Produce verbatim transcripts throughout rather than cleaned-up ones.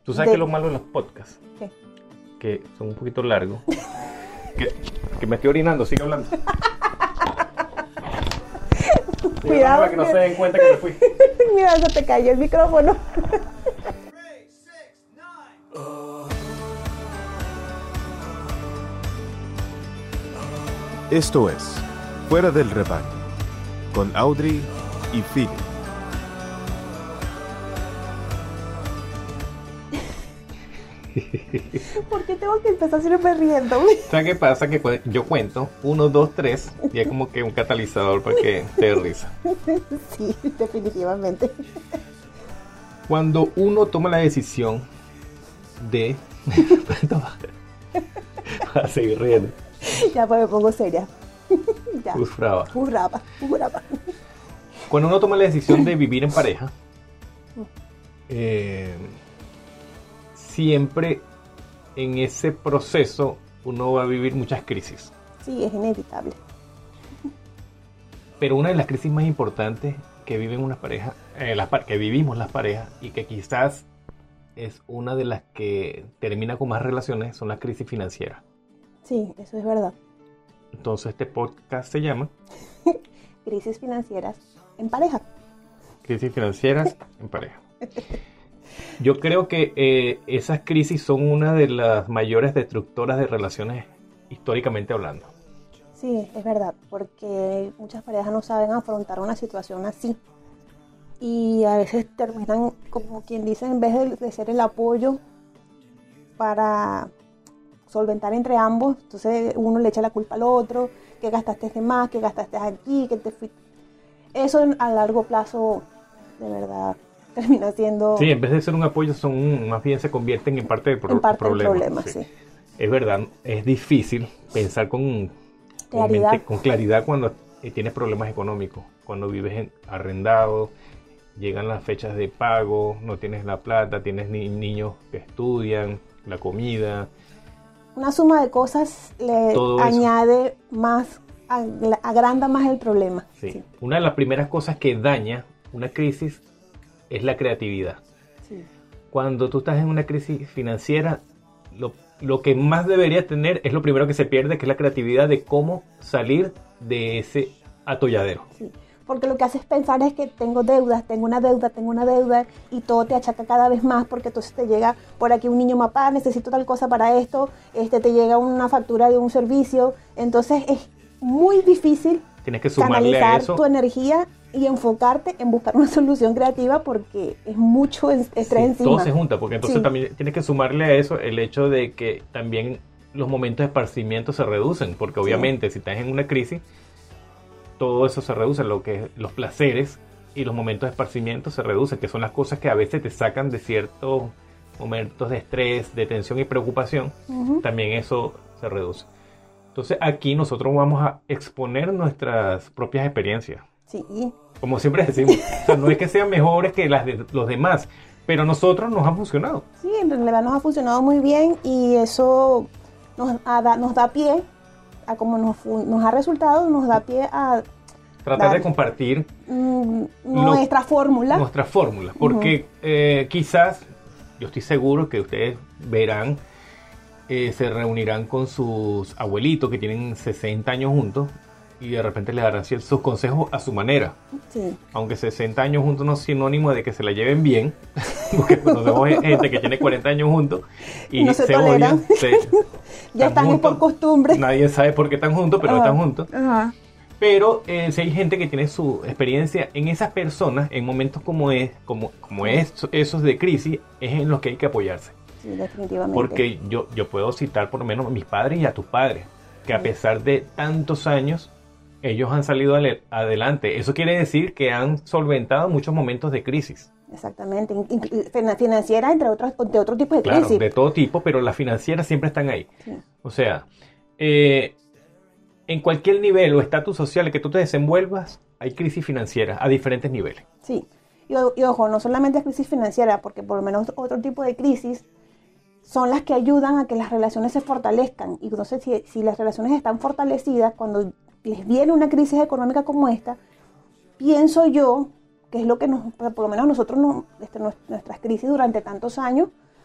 Tú sabes de... que lo malo de los podcasts, ¿Qué? que son un poquito largos, que, que me estoy orinando, sigue hablando. Cuidado, para que no se den cuenta que me fui. Mira, se te cayó el micrófono. Esto es Fuera del Rebaño, con Audrey y Philip. ¿Por qué tengo que empezar siempre riendo? ¿Sabes qué pasa? Que cu- yo cuento uno, dos, tres y es como que un catalizador para que te dé risa. Sí, definitivamente. Cuando uno toma la decisión de... Vas a seguir riendo. Ya pues me pongo seria. Ya. Uf, brava. Hurraba, hurraba. Cuando uno toma la decisión de vivir en pareja, eh, siempre en ese proceso uno va a vivir muchas crisis. Sí, es inevitable. Pero una de las crisis más importantes que viven unas parejas, eh, las par- que vivimos las parejas y que quizás es una de las que termina con más relaciones son las crisis financieras. Sí, eso es verdad. Entonces este podcast se llama Crisis financieras en pareja. Crisis financieras en pareja. Yo creo que eh, esas crisis son una de las mayores destructoras de relaciones históricamente hablando. Sí, es verdad, porque muchas parejas no saben afrontar una situación así. Y a veces terminan, como quien dice, en vez de, de ser el apoyo para solventar entre ambos, entonces uno le echa la culpa al otro, que gastaste de más, que gastaste aquí, que te fuiste. Eso a largo plazo, de verdad, termina siendo... Sí, en vez de ser un apoyo, son más bien se convierten en parte del pro- en parte problema. del problema, sí. Sí. Es verdad, es difícil pensar con con, Claridad. mente- con claridad cuando eh, tienes problemas económicos, cuando vives en arrendado, llegan las fechas de pago, no tienes la plata, tienes ni- niños que estudian, la comida. Una suma de cosas le Todo eso. añade más, ag- agranda más el problema. Sí. Sí, Una de las primeras cosas que daña una crisis es la creatividad. sí. Cuando tú estás en una crisis financiera, lo, lo que más deberías tener es lo primero que se pierde, que es la creatividad de cómo salir de ese atolladero. Sí, porque lo que haces pensar es que tengo deudas, tengo una deuda, tengo una deuda y todo te achaca cada vez más porque entonces te llega por aquí un niño, papá, necesito tal cosa para esto, este te llega una factura de un servicio, entonces es muy difícil Tienes que sumarle a canalizar eso. tu energía y enfocarte en buscar una solución creativa porque es mucho es- estrés Sí, encima. todo se junta, porque entonces Sí. también tienes que sumarle a eso el hecho de que también los momentos de esparcimiento se reducen, porque obviamente si estás en una crisis, todo eso se reduce, lo que es los placeres y los momentos de esparcimiento se reducen, que son las cosas que a veces te sacan de ciertos momentos de estrés, de tensión y preocupación, Ujú. también eso se reduce. Entonces aquí nosotros vamos a exponer nuestras propias experiencias. Sí, Como siempre decimos, o sea, no es que sean mejores que las de los demás, pero a nosotros nos ha funcionado. sí, en realidad nos ha funcionado muy bien y eso nos, ha da, nos da pie a como nos, fu- nos ha resultado, nos da pie a Tratar Dale. de compartir mm, nuestra fórmula. nuestras fórmulas, porque eh, quizás, yo estoy seguro que ustedes verán, eh, se reunirán con sus abuelitos que tienen sesenta años juntos y de repente les darán cier- sus consejos a su manera. Sí, Aunque sesenta años juntos no es sinónimo de que se la lleven bien, porque conocemos gente que tiene cuarenta años juntos y No se se toleran. odian. se- ya están es por costumbre. Nadie sabe por qué están juntos, pero Ajá, están juntos. Ajá. Pero eh, si hay gente que tiene su experiencia en esas personas, en momentos como, es, como, como es- esos de crisis, es en los que hay que apoyarse. Sí, definitivamente. Porque yo, yo puedo citar por lo menos a mis padres y a tus padres, que a pesar de tantos años, ellos han salido ale- adelante. Eso quiere decir que han solventado muchos momentos de crisis. Exactamente, in- in- fina- financiera entre otros, de otro tipo de Claro, crisis. de todo tipo, pero las financieras siempre están ahí. Sí. O sea, eh, en cualquier nivel o estatus social que tú te desenvuelvas, hay crisis financieras a diferentes niveles. Sí, y, o- y ojo, no solamente es crisis financiera, porque por lo menos otro tipo de crisis son las que ayudan a que las relaciones se fortalezcan. Y entonces, si, si las relaciones están fortalecidas, cuando les viene una crisis económica como esta, pienso yo, que es lo que nos, por lo menos nosotros, nos, este, nos- nuestras crisis durante tantos años,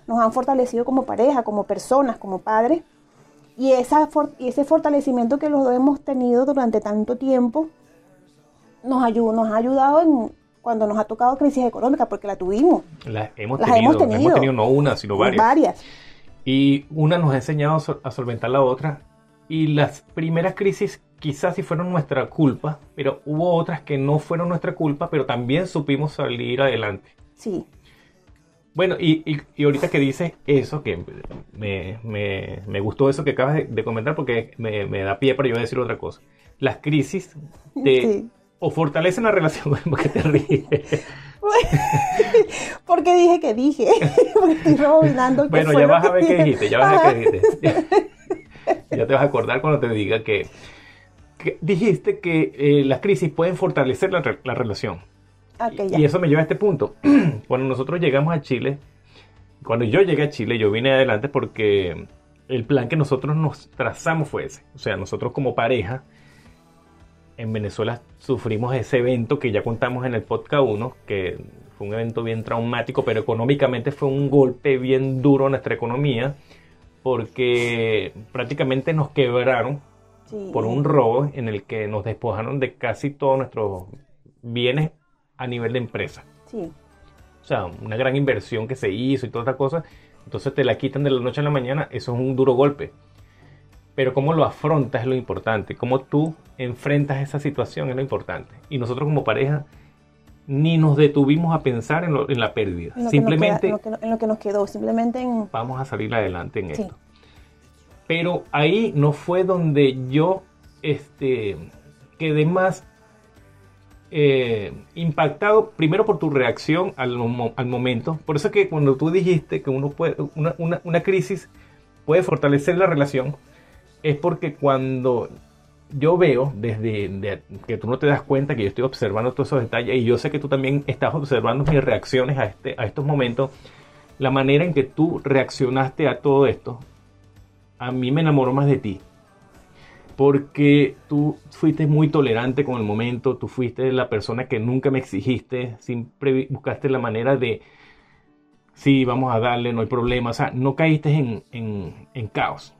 nos han fortalecido como pareja, como personas, como padres. Y, esa, y ese fortalecimiento que los dos hemos tenido durante tanto tiempo nos, ayud, nos ha ayudado en, cuando nos ha tocado crisis económica, porque la tuvimos. Las hemos, Las tenido, hemos tenido. hemos tenido no una, sino varias. Varias. Y una nos ha enseñado a solventar la otra. Y las primeras crisis quizás sí fueron nuestra culpa, pero hubo otras que no fueron nuestra culpa, pero también supimos salir adelante. Sí. Bueno, y, y, y ahorita que dices eso, que me, me, me gustó eso que acabas de, de comentar, porque me, me da pie para yo decir otra cosa. Las crisis te, sí. o fortalecen la relación, porque te ríes. Porque dije que dije, porque estoy rebobinando. Bueno, ya vas a ver qué dijiste, ya vas a ver qué dijiste. Ya te vas a acordar cuando te diga que, que dijiste que eh, las crisis pueden fortalecer la, la relación. Okay, y, y eso me lleva a este punto. Cuando nosotros llegamos a Chile, cuando yo llegué a Chile, yo vine adelante porque el plan que nosotros nos trazamos fue ese. O sea, nosotros como pareja, en Venezuela sufrimos ese evento que ya contamos en el podcast uno, que fue un evento bien traumático, pero económicamente fue un golpe bien duro a nuestra economía, porque prácticamente nos quebraron sí. por un robo en el que nos despojaron de casi todos nuestros bienes a nivel de empresa. Sí. O sea, una gran inversión que se hizo y toda esta cosa, entonces te la quitan de la noche a la mañana, eso es un duro golpe. Pero cómo lo afrontas es lo importante, cómo tú enfrentas esa situación es lo importante. Y nosotros como pareja ni nos detuvimos a pensar en, lo, en la pérdida. En lo simplemente queda, en, lo que, en lo que nos quedó, simplemente en... Vamos a salir adelante en sí. esto. Pero ahí no fue donde yo este, quedé más eh, impactado, primero por tu reacción al, al momento. Por eso es que cuando tú dijiste que uno puede, una, una, una crisis puede fortalecer la relación, es porque cuando yo veo desde de, que tú no te das cuenta que yo estoy observando todos esos detalles, y yo sé que tú también estás observando mis reacciones a, este, a estos momentos, la manera en que tú reaccionaste a todo esto, a mí me enamoró más de ti. Porque tú fuiste muy tolerante con el momento, tú fuiste la persona que nunca me exigiste, siempre buscaste la manera de, sí, vamos a darle, no hay problema, o sea, no caíste en, en, en caos.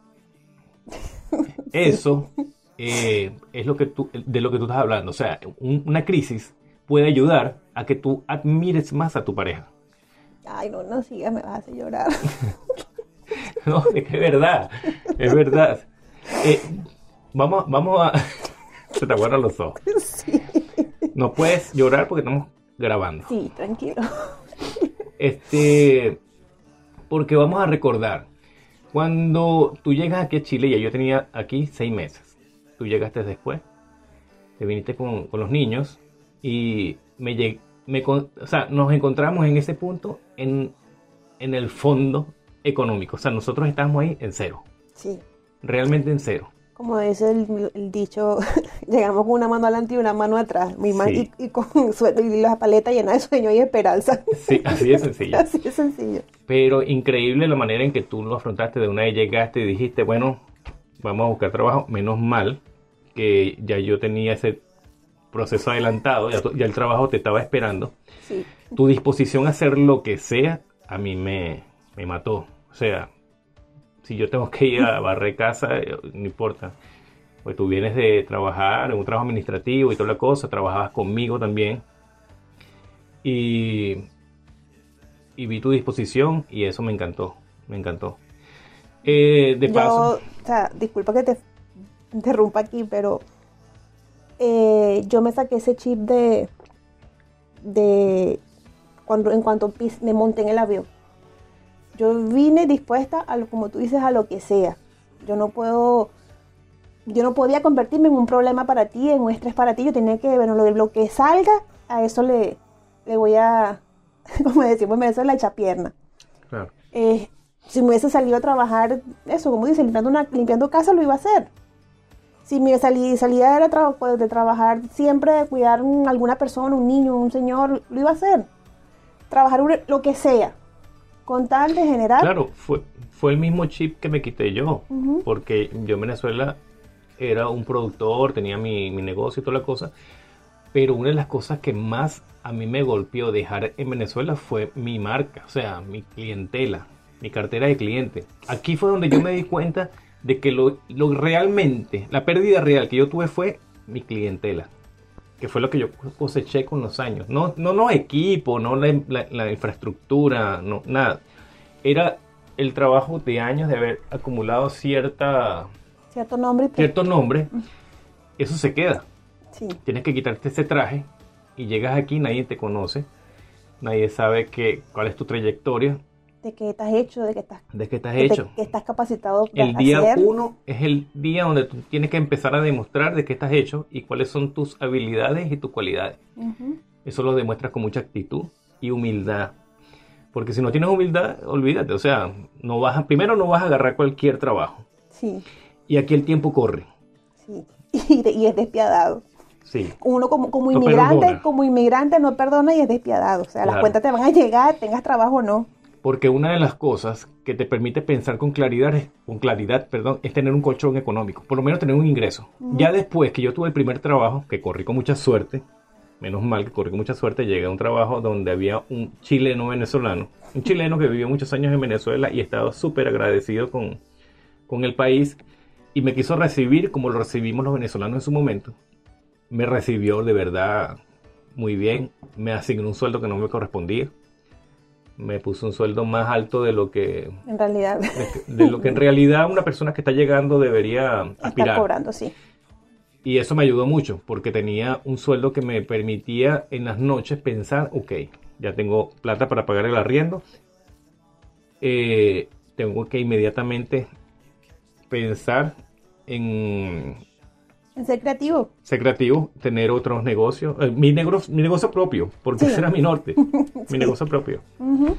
Eso eh, es lo que tú, de lo que tú estás hablando. O sea, un, una crisis puede ayudar a que tú admires más a tu pareja. Ay, no, no sigas, me vas a hacer llorar. No, es que es verdad, es verdad. Eh, vamos, vamos a... Se te aguardan los ojos. Sí. No puedes llorar porque estamos grabando. Sí, tranquilo. Este, porque vamos a recordar. Cuando tú llegas aquí a Chile, ya yo tenía aquí seis meses. Tú llegaste después, te viniste con, con los niños y me, lleg, me o sea, nos encontramos en ese punto en, en el fondo económico. O sea, nosotros estábamos ahí en cero. Sí. Realmente en cero. Como dice el, el dicho, llegamos con una mano adelante y una mano atrás. Mi man, sí. y, y con y la paleta llena de sueño y esperanza. Sí, así de sencillo. Así de sencillo. Pero increíble la manera en que tú lo afrontaste. De una vez llegaste y dijiste, bueno, vamos a buscar trabajo. Menos mal que ya yo tenía ese proceso adelantado, ya, ya el trabajo te estaba esperando. Sí. Tu disposición a hacer lo que sea, a mí me, me mató. O sea, si yo tengo que ir a barrer casa, no importa. Pues tú vienes de trabajar en un trabajo administrativo y toda la cosa, trabajabas conmigo también. Y, y vi tu disposición y eso me encantó, me encantó. Eh, de yo, paso... o sea, disculpa que te interrumpa aquí, pero eh, yo me saqué ese chip de, de cuando en cuanto me monté en el avión. Yo vine dispuesta a lo, como tú dices, a lo que sea. Yo no puedo, yo no podía convertirme en un problema para ti, en un estrés para ti. Yo tenía que, bueno, lo, lo que salga, a eso le, le voy a, como decimos en Venezuela, echar pierna. Claro. Eh, si me hubiese salido a trabajar, eso, como dice, limpiando, una, limpiando casa, lo iba a hacer. Si me salí, salía de, tra pues, de trabajar siempre, de cuidar a alguna persona, un niño, un señor, lo iba a hacer. Trabajar un, lo que sea. Con tal de generar... Claro, fue, fue el mismo chip que me quité yo, uh-huh. porque yo en Venezuela era un productor, tenía mi, mi negocio y toda la cosa, Pero una de las cosas que más a mí me golpeó dejar en Venezuela fue mi marca, o sea, mi clientela, mi cartera de clientes. Aquí fue donde yo me di cuenta de que lo, lo realmente, la pérdida real que yo tuve fue mi clientela, que fue lo que yo coseché con los años. No, no los equipos, no la, la, la infraestructura, no, nada. Era el trabajo de años de haber acumulado cierta, cierto nombre. Y cierto nombre. Eso se queda. Sí. Tienes que quitarte ese traje y llegas aquí, nadie te conoce, nadie sabe que, cuál es tu trayectoria. De qué estás hecho, de qué estás, de qué estás de hecho. que estás capacitado. El día uno es el día donde tú tienes que empezar a demostrar de qué estás hecho y cuáles son tus habilidades y tus cualidades. Uh-huh. Eso lo demuestras con mucha actitud y humildad. Porque si no tienes humildad, olvídate. O sea, no vas a, primero no vas a agarrar cualquier trabajo. Sí. Y aquí el tiempo corre. Sí. Y, y es despiadado. Sí. Uno como, como inmigrante, no como inmigrante no perdona y es despiadado. O sea, claro. Las cuentas te van a llegar, tengas trabajo o no. Porque una de las cosas que te permite pensar con claridad, con claridad, perdón, es tener un colchón económico, por lo menos tener un ingreso. Uh-huh. Ya después que yo tuve el primer trabajo, que corrí con mucha suerte, menos mal que corrí con mucha suerte, llegué a un trabajo donde había un chileno venezolano, un chileno que vivió muchos años en Venezuela y estaba súper agradecido con, con el país y me quiso recibir como lo recibimos los venezolanos en su momento. Me recibió de verdad muy bien, me asignó un sueldo que no me correspondía. Me puso un sueldo más alto de lo que en realidad de, de lo que en realidad una persona que está llegando debería aspirar. Está cobrando, sí. Y eso me ayudó mucho porque tenía un sueldo que me permitía en las noches pensar, ok, ya tengo plata para pagar el arriendo, eh, tengo que inmediatamente pensar en en ser creativo. Ser creativo, tener otros negocios. Eh, mi, negocio, mi negocio propio, porque sí. Ese era mi norte. Sí. Mi negocio propio. Uh-huh.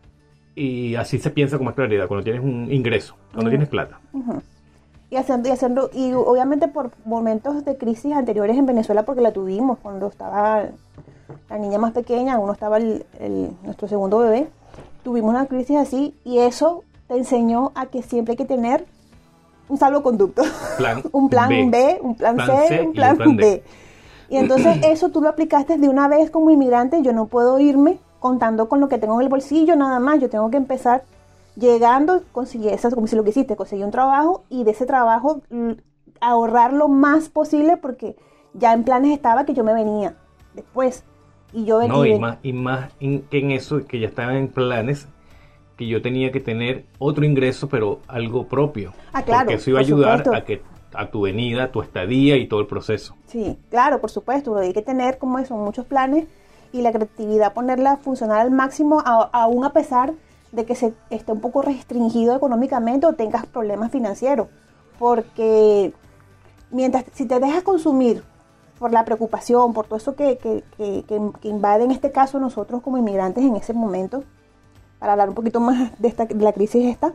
Y así se piensa con más claridad, cuando tienes un ingreso, cuando uh-huh. tienes plata. Uh-huh. Y haciendo, y haciendo, y obviamente por momentos de crisis anteriores en Venezuela, porque la tuvimos cuando estaba la niña más pequeña, uno estaba el, el, nuestro segundo bebé, tuvimos una crisis así, y eso te enseñó a que siempre hay que tener un salvoconducto, plan un plan B, B un plan, plan C, C, un plan, plan B. Y entonces eso tú lo aplicaste de una vez como inmigrante. Yo no puedo irme contando con lo que tengo en el bolsillo nada más. Yo tengo que empezar llegando, conseguir eso, como si lo que hiciste, conseguir un trabajo y de ese trabajo ahorrar lo más posible porque ya en planes estaba que yo me venía después. Y yo venía. No, y más, y más en, que en eso, que ya estaban en planes, que yo tenía que tener otro ingreso, pero algo propio. Ah, claro. Porque eso iba a ayudar supuesto. a que a tu venida, tu estadía y todo el proceso. Sí, claro, por supuesto. Hay que tener como eso, muchos planes y la creatividad, ponerla a funcionar al máximo, a, aún a pesar de que se esté un poco restringido económicamente o tengas problemas financieros. Porque mientras, si te dejas consumir por la preocupación, por todo eso que, que, que, que, que invade en este caso nosotros como inmigrantes en ese momento, para hablar un poquito más de, esta, de la crisis esta,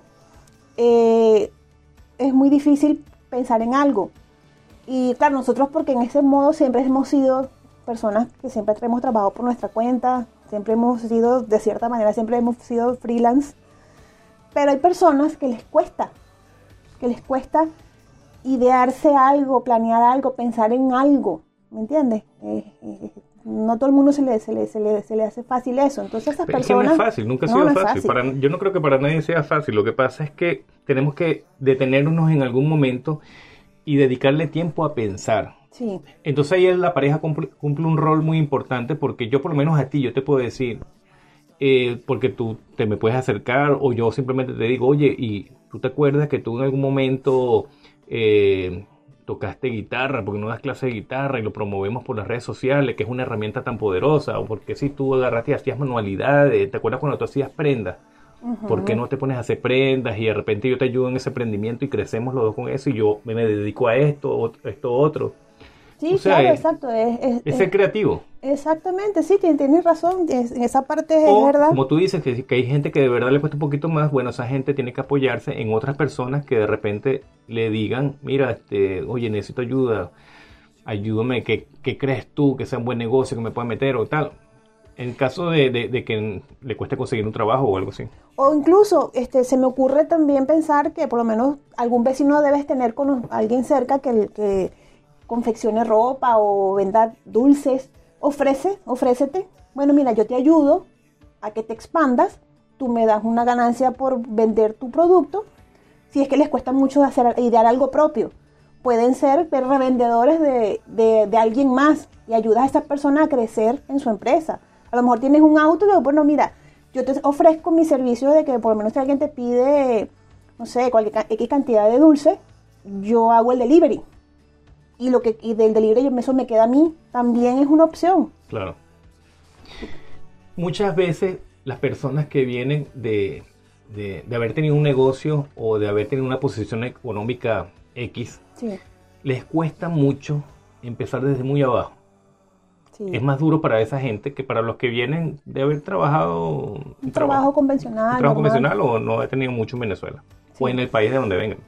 eh, es muy difícil pensar en algo. Y claro, nosotros porque en ese modo siempre hemos sido personas que siempre hemos trabajado por nuestra cuenta, siempre hemos sido, de cierta manera, siempre hemos sido freelance, pero hay personas que les cuesta, que les cuesta idearse algo, planear algo, pensar en algo, ¿me entiendes? Eh, eh, no todo el mundo se le, se le, se le, se le hace fácil eso. Entonces esas Pero personas... Es que no es fácil, nunca ha sido no, no fácil. fácil. Para, yo no creo que para nadie sea fácil. Lo que pasa es que tenemos que detenernos en algún momento y dedicarle tiempo a pensar. Sí. Entonces ahí la pareja cumple, cumple un rol muy importante porque yo por lo menos a ti, yo te puedo decir, eh, porque tú te me puedes acercar o yo simplemente te digo, oye, y tú te acuerdas que tú en algún momento... Eh, tocaste guitarra, porque no das clase de guitarra y lo promovemos por las redes sociales, que es una herramienta tan poderosa, o porque si tú agarraste y hacías manualidades, ¿te acuerdas cuando tú hacías prendas? Uh-huh. ¿Por qué no te pones a hacer prendas y de repente yo te ayudo en ese emprendimiento y crecemos los dos con eso y yo me dedico a esto, esto otro? Sí, o sea, claro, es, exacto. Es, es, es ser es, creativo. Exactamente, sí, tienes razón, es, en esa parte es o, verdad. Como tú dices, que, que hay gente que de verdad le cuesta un poquito más, bueno, esa gente tiene que apoyarse en otras personas que de repente le digan, mira, este, oye, necesito ayuda, ayúdame, ¿qué, qué crees tú que sea un buen negocio que me pueda meter o tal? En caso de, de, de que le cueste conseguir un trabajo o algo así. O incluso, este, se me ocurre también pensar que por lo menos algún vecino debes tener con alguien cerca que... que confeccione ropa o venda dulces, ofrece, ofrécete. Bueno, mira, yo te ayudo a que te expandas, tú me das una ganancia por vender tu producto, si es que les cuesta mucho hacer, idear algo propio. Pueden ser revendedores de, de, de alguien más y ayudas a esa persona a crecer en su empresa. A lo mejor tienes un auto y bueno, mira, yo te ofrezco mi servicio de que por lo menos si alguien te pide, no sé, cualquier X cantidad de dulce, yo hago el delivery. Y lo que y del delivery eso me queda a mí, también es una opción. Claro. Muchas veces las personas que vienen de, de, de haber tenido un negocio o de haber tenido una posición económica X, Sí. les cuesta mucho empezar desde muy abajo. Sí. Es más duro para esa gente que para los que vienen de haber trabajado un, un trabajo, trabajo convencional. Un trabajo convencional o no he tenido mucho en Venezuela. Sí. O en el país de donde vengan.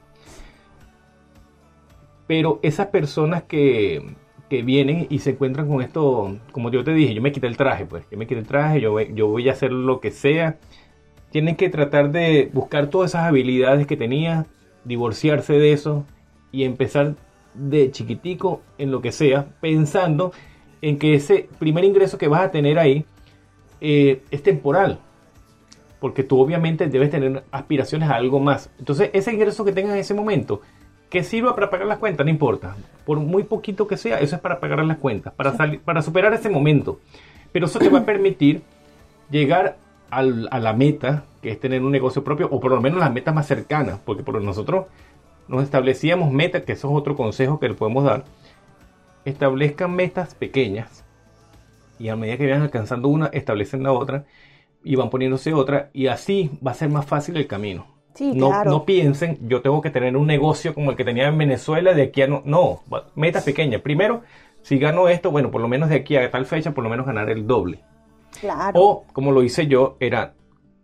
Pero esas personas que, que vienen y se encuentran con esto, como yo te dije, yo me quité el traje, pues. Yo me quité el traje, yo, yo voy a hacer lo que sea. Tienen que tratar de buscar todas esas habilidades que tenía, divorciarse de eso y empezar de chiquitico en lo que sea, pensando en que ese primer ingreso que vas a tener ahí eh, es temporal, porque tú obviamente debes tener aspiraciones a algo más. Entonces ese ingreso que tengas en ese momento, que sirva para pagar las cuentas, no importa, por muy poquito que sea, eso es para pagar las cuentas, para, salir, para superar ese momento, pero eso te va a permitir llegar al, a la meta, que es tener un negocio propio, o por lo menos las metas más cercanas, porque por nosotros nos establecíamos metas, que eso es otro consejo que le podemos dar. Establezcan metas pequeñas y a medida que vayan alcanzando una, establecen la otra y van poniéndose otra y así va a ser más fácil el camino. Sí, no, claro. no piensen, yo tengo que tener un negocio como el que tenía en Venezuela de aquí a no, no, metas pequeñas. Primero, si gano esto, bueno, por lo menos de aquí a tal fecha, por lo menos ganar el doble. Claro. O, como lo hice yo, era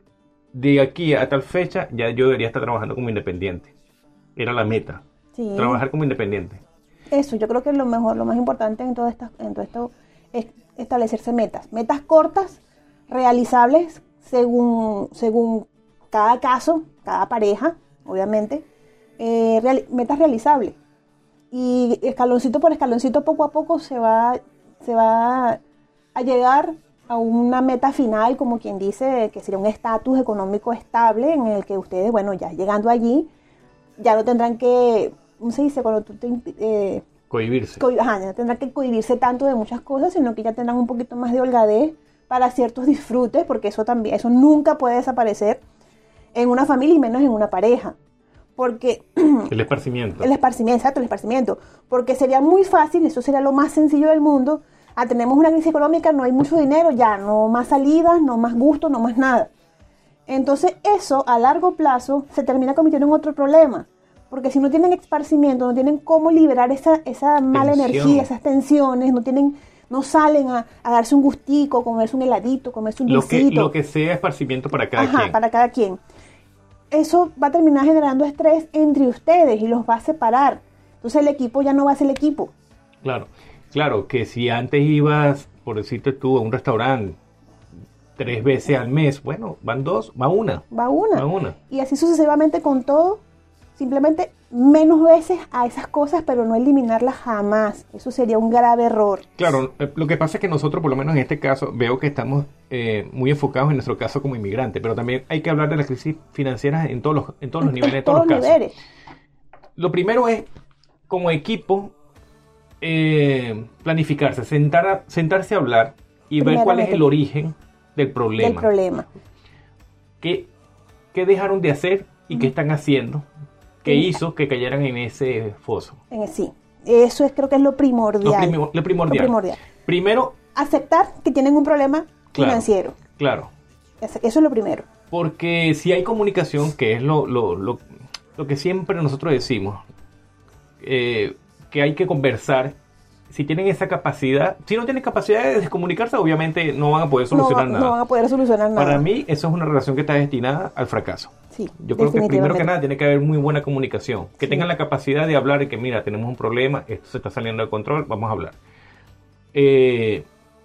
de aquí a tal fecha, ya yo debería estar trabajando como independiente. Era la meta, Sí. trabajar como independiente. Eso, yo creo que lo mejor, lo más importante en todo esto, en todo esto es establecerse metas. Metas cortas, realizables según, según cada caso, cada pareja, obviamente. Eh, real, metas realizables. Y escaloncito por escaloncito, poco a poco, se va, se va a llegar a una meta final, como quien dice, que sería un estatus económico estable en el que ustedes, bueno, ya llegando allí, ya no tendrán que... ¿Cómo se dice? Cuando tú te... Eh, Cohibirse. Co- ajá, ya tendrán que cohibirse tanto de muchas cosas, sino que ya tendrán un poquito más de holgadez para ciertos disfrutes, porque eso también, eso nunca puede desaparecer en una familia y menos en una pareja. Porque... El esparcimiento. El esparcimiento, exacto, el esparcimiento. Porque sería muy fácil, eso sería lo más sencillo del mundo. Ah, tenemos una crisis económica, no hay mucho dinero, ya, no más salidas, no más gusto, no más nada. Entonces eso, a largo plazo, se termina convirtiendo en otro problema. Porque si no tienen esparcimiento, no tienen cómo liberar esa, esa mala Tensión. energía, esas tensiones, no tienen, no salen a, a darse un gustico, comerse un heladito, comerse un Lo que, dulcito. lo que sea esparcimiento para cada Ajá, quien. para cada quien. Eso va a terminar generando estrés entre ustedes y los va a separar. Entonces el equipo ya no va a ser el equipo. Claro, claro, que si antes ibas, por decirte tú, a un restaurante tres veces al mes, bueno, van dos, va una. Va una. Va una. Y así sucesivamente con todo. Simplemente menos veces a esas cosas, pero no eliminarlas jamás. Eso sería un grave error. Claro, eh, lo que pasa es que nosotros, por lo menos en este caso, veo que estamos eh, muy enfocados en nuestro caso como inmigrante, pero también hay que hablar de las crisis financieras en todos los, en todos los niveles, en todos los casos. Niveles. Lo primero es, como equipo, eh, planificarse, sentar a, sentarse a hablar y ver cuál es el origen del problema. Del problema. ¿Qué, qué dejaron de hacer y qué están haciendo? Que hizo que cayeran en ese foso. En sí, eso es, creo que es lo primordial. Lo, prim- lo primordial. Lo primordial. Primero, aceptar que tienen un problema claro, financiero. Claro. Eso es lo primero. Porque si hay comunicación, que es lo, lo, lo, lo que siempre nosotros decimos, eh, que hay que conversar. Si tienen esa capacidad, si no tienen capacidad de comunicarse, obviamente no van a poder solucionar no, nada. No van a poder solucionar nada. Para mí, eso es una relación que está destinada al fracaso. Sí, yo creo que primero que nada tiene que haber muy buena comunicación. Que sí. tengan la capacidad de hablar y que, mira, tenemos un problema, esto se está saliendo de control, vamos a hablar. Eh,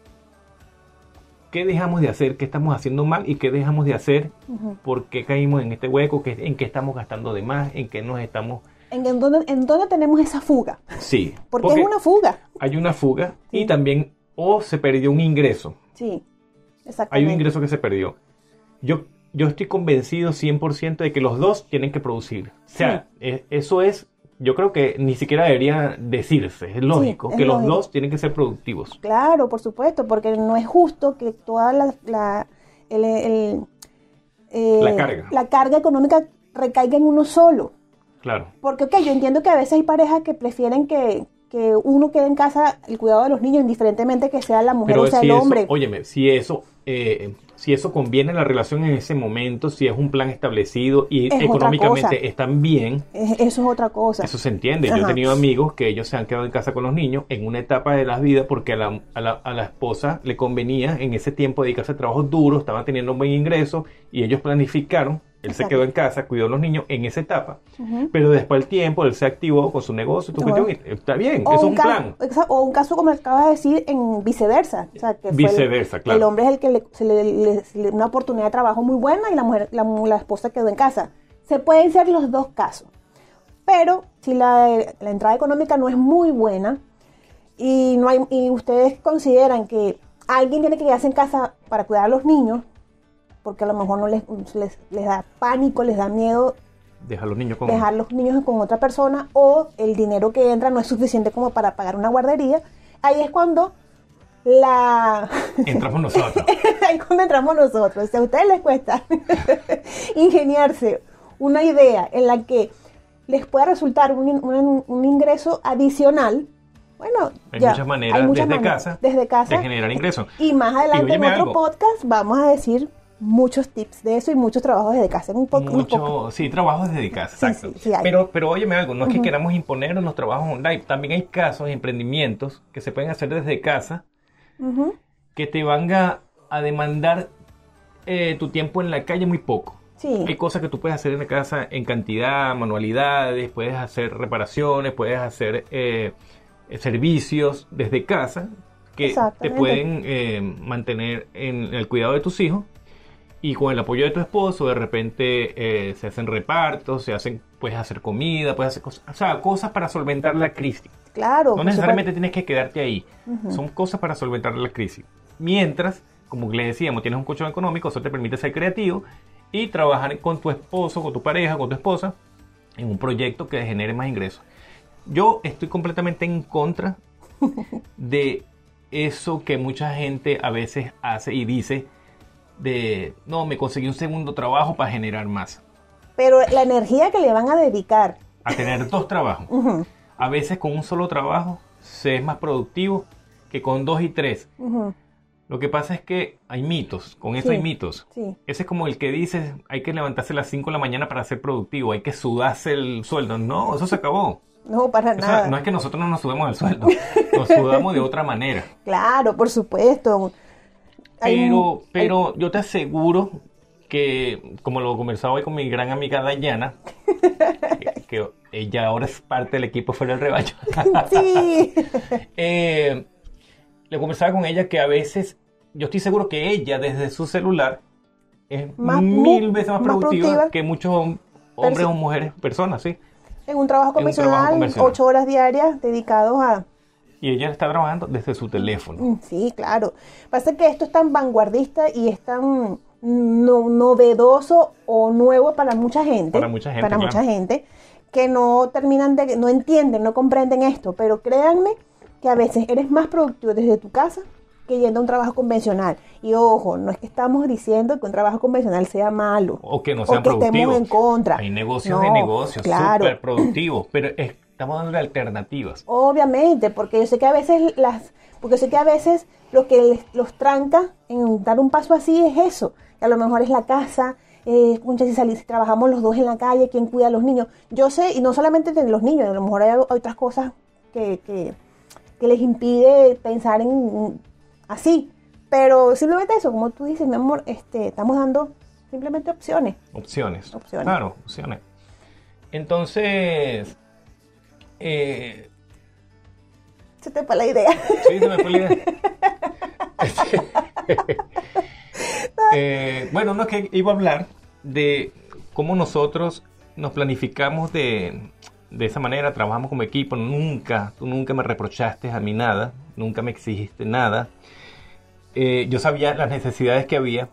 ¿Qué dejamos de hacer? ¿Qué estamos haciendo mal? ¿Y qué dejamos de hacer? Uh-huh. ¿Por qué caímos en este hueco? ¿En qué estamos gastando de más? ¿En qué nos estamos ¿En, en, dónde, ¿En dónde tenemos esa fuga? Sí. Porque, porque es una fuga. Hay una fuga sí. y también o se perdió un ingreso. Sí, exactamente. Hay un ingreso que se perdió. Yo, yo estoy convencido cien por ciento de que los dos tienen que producir. O sea, sí. eh, eso es, yo creo que ni siquiera debería decirse. Es lógico sí, es que lógico. Los dos tienen que ser productivos. Claro, por supuesto, porque no es justo que toda la, la, el, el, eh, la, carga. la carga económica recaiga en uno solo. Claro. Porque, ok, yo entiendo que a veces hay parejas que prefieren que, que uno quede en casa el cuidado de los niños, indiferentemente que sea la mujer Pero o sea si el eso, hombre. Óyeme, si eso, eh, si eso conviene en la relación en ese momento, si es un plan establecido y es económicamente están bien. Es, eso es otra cosa. Eso se entiende. Ajá. Yo he tenido amigos que ellos se han quedado en casa con los niños en una etapa de la vida porque a la, a la, a la esposa le convenía en ese tiempo dedicarse a trabajos duros, estaban teniendo un buen ingreso y ellos planificaron. Él Exacto. se quedó en casa, cuidó a los niños en esa etapa, uh-huh. pero después del tiempo él se activó con su negocio, tu uh-huh. cuestión, y está bien, o eso es un un ca- plan. O un caso como acabas de decir en viceversa. O sea, que viceversa, el, claro. El hombre es el que le, se le, le, le una oportunidad de trabajo muy buena y la mujer, la, la esposa quedó en casa. Se pueden ser los dos casos. Pero si la, la entrada económica no es muy buena y, no hay, y ustedes consideran que alguien tiene que quedarse en casa para cuidar a los niños, porque a lo mejor no les, les, les da pánico, les da miedo dejar los niños con dejar los niños con otra persona, o el dinero que entra no es suficiente como para pagar una guardería, ahí es cuando la entramos nosotros. Ahí es cuando entramos nosotros. Si a ustedes les cuesta ingeniarse una idea en la que les pueda resultar un, un, un ingreso adicional, bueno, hay ya, muchas maneras, hay muchas desde, maneras casa, desde casa de generar ingresos. Y más adelante y en otro algo. podcast vamos a decir muchos tips de eso y muchos trabajos desde casa. En un poco, Mucho, un poco. Sí, trabajos desde casa, sí, exacto. Sí, sí, pero, pero óyeme algo, no es uh-huh. que queramos imponer los trabajos online. También hay casos, emprendimientos que se pueden hacer desde casa uh-huh. que te van a, a demandar eh, tu tiempo en la calle muy poco. Sí. Hay cosas que tú puedes hacer en la casa en cantidad, manualidades, puedes hacer reparaciones, puedes hacer eh, servicios desde casa que te pueden eh, mantener en el cuidado de tus hijos. Y con el apoyo de tu esposo, de repente eh, se hacen repartos, se hacen, puedes hacer comida, puedes hacer cosas, o sea, cosas para solventar la crisis. Claro. No necesariamente tienes que quedarte ahí. Uh-huh. Son cosas para solventar la crisis. Mientras, como le decíamos, tienes un colchón económico, eso te permite ser creativo y trabajar con tu esposo, con tu pareja, con tu esposa, en un proyecto que genere más ingresos. Yo estoy completamente en contra de eso que mucha gente a veces hace y dice, de no, me conseguí un segundo trabajo para generar más. Pero la energía que le van a dedicar a tener dos trabajos. Uh-huh. A veces con un solo trabajo se es más productivo que con dos y tres. Uh-huh. Lo que pasa es que hay mitos, con eso sí, hay mitos. Sí. Ese es como el que dice, hay que levantarse a las cinco de la mañana para ser productivo, hay que sudarse el sueldo. No, eso se acabó. No, para o nada. Sea, no es que nosotros no nos subamos el sueldo, nos sudamos de otra manera. Claro, por supuesto. Pero, hay, pero hay... yo te aseguro que, como lo conversaba hoy con mi gran amiga Dayana, que, que ella ahora es parte del equipo Fuera del Rebaño. Sí. eh, le conversaba con ella que a veces, yo estoy seguro que ella desde su celular es más, mil veces más, más productiva, productiva que muchos hombres Perso- o mujeres, personas, sí. En un trabajo convencional, un trabajo convencional, ocho horas diarias dedicados a... Y ella está trabajando desde su teléfono. Sí, claro. Pasa que esto es tan vanguardista y es tan no, novedoso o nuevo para mucha gente. Para mucha gente, Para claro. mucha gente que no terminan de, no entienden, no comprenden esto. Pero créanme que a veces eres más productivo desde tu casa que yendo a un trabajo convencional. Y ojo, no es que estamos diciendo que un trabajo convencional sea malo. O que no sea o que productivo. estemos en contra. Hay negocios no, de negocios claro. súper productivos, pero es, estamos dando alternativas. Obviamente, porque yo sé que a veces las, porque yo sé que a veces lo que les, los tranca en dar un paso así es eso. Que a lo mejor es la casa, eh, muchas si, salimos, si trabajamos los dos en la calle, ¿quién cuida a los niños? Yo sé, y no solamente de los niños, a lo mejor hay, hay otras cosas que, que, que les impide pensar en así. Pero simplemente eso, como tú dices, mi amor, este, estamos dando simplemente opciones. Opciones. Opciones. Claro, opciones. Entonces, eh, se te fue la idea. Sí, se me fue la idea. eh, bueno, no es que iba a hablar de cómo nosotros nos planificamos de, de esa manera, trabajamos como equipo, nunca, tú nunca me reprochaste a mí nada, nunca me exigiste nada. Eh, yo sabía las necesidades que había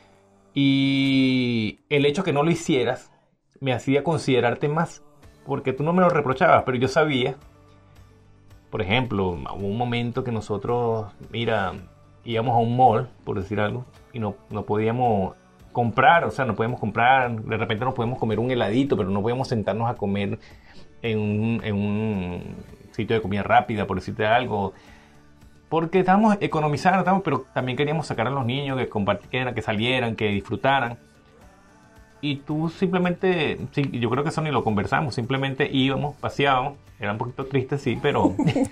y el hecho que no lo hicieras me hacía considerarte más, porque tú no me lo reprochabas, pero yo sabía, por ejemplo, hubo un momento que nosotros, mira, íbamos a un mall, por decir algo, y no, no podíamos comprar, o sea, no podíamos comprar, de repente no podíamos comer un heladito, pero no podíamos sentarnos a comer en un, en un sitio de comida rápida, por decirte algo, porque estábamos economizando, estábamos, pero también queríamos sacar a los niños, que compartieran, que salieran, que disfrutaran. Y tú simplemente, sí, yo creo que eso ni lo conversamos, simplemente íbamos, paseábamos, era un poquito triste, sí, pero,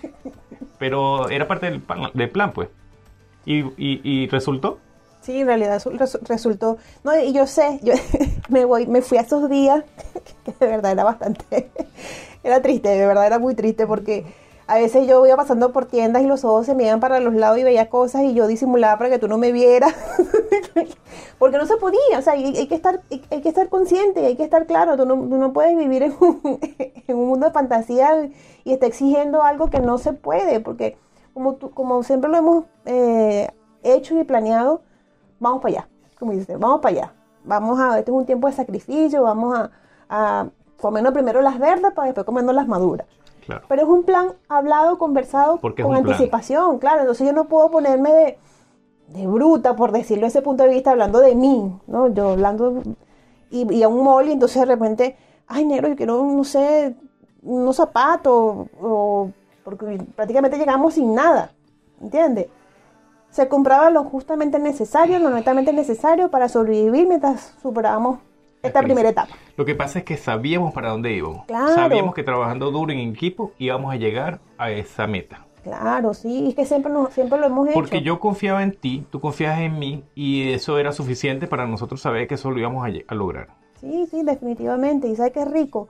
pero era parte del plan, del plan pues. Y, y, y resultó. Sí, en realidad res- resultó. No, y yo sé, yo me voy, me fui a esos días, que de verdad era bastante, era triste, de verdad era muy triste porque a veces yo iba pasando por tiendas y los ojos se me iban para los lados y veía cosas y yo disimulaba para que tú no me vieras. Porque no se podía, o sea, hay, hay que estar, hay, hay que estar consciente, hay que estar claro, tú no, tú no puedes vivir en un, en un mundo de fantasía y estar exigiendo algo que no se puede, porque como, tú, como siempre lo hemos eh, hecho y planeado, vamos para allá, como dices, vamos para allá, vamos a, este es un tiempo de sacrificio, vamos a, a comernos primero las verdes para después comernos las maduras. Claro. Pero es un plan hablado, conversado, Porque con es un anticipación, plan. Claro, entonces yo no puedo ponerme de, de bruta, por decirlo desde ese punto de vista, hablando de mí, ¿no? Yo hablando, y, y a un mall, y entonces de repente, ay, negro, yo quiero, no sé, unos zapatos, o, porque prácticamente llegamos sin nada, ¿entiendes? Se compraba lo justamente necesario, lo netamente necesario para sobrevivir mientras superábamos esta primera etapa. Lo que pasa es que sabíamos para dónde íbamos. Claro. Sabíamos que trabajando duro en equipo íbamos a llegar a esa meta. Claro, sí, es que siempre, nos, siempre lo hemos hecho. Porque yo confiaba en ti, tú confiabas en mí y eso era suficiente para nosotros saber que eso lo íbamos a, a lograr. Sí, sí, definitivamente. Y sabes qué rico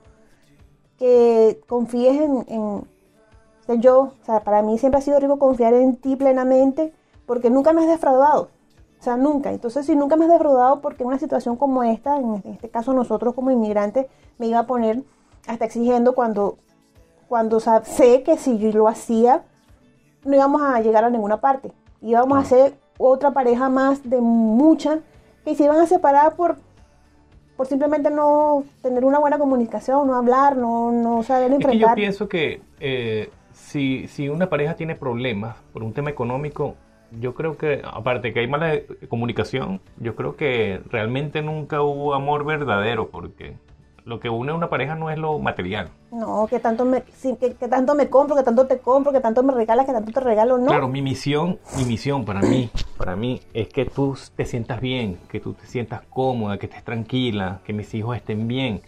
que confíes en, en o sea, yo, o sea, para mí siempre ha sido rico confiar en ti plenamente porque nunca me has defraudado. O sea, nunca. Entonces, si nunca me has defraudado, porque en una situación como esta, en este caso nosotros como inmigrantes, me iba a poner hasta exigiendo cuando, cuando o sea, sé que si yo lo hacía, no íbamos a llegar a ninguna parte. Íbamos ah. a ser otra pareja más de muchas que se iban a separar por, por simplemente no tener una buena comunicación, no hablar, no, no saber enfrentar. Es que yo pienso que eh, si, si una pareja tiene problemas por un tema económico, yo creo que, aparte que hay mala comunicación, yo creo que realmente nunca hubo amor verdadero, porque lo que une a una pareja no es lo material. No, que tanto me, sí, que, que tanto me compro, que tanto te compro, que tanto me regalas, que tanto te regalo, no. Claro, mi misión, mi misión para mí, para mí es que tú te sientas bien, que tú te sientas cómoda, que estés tranquila, que mis hijos estén bien.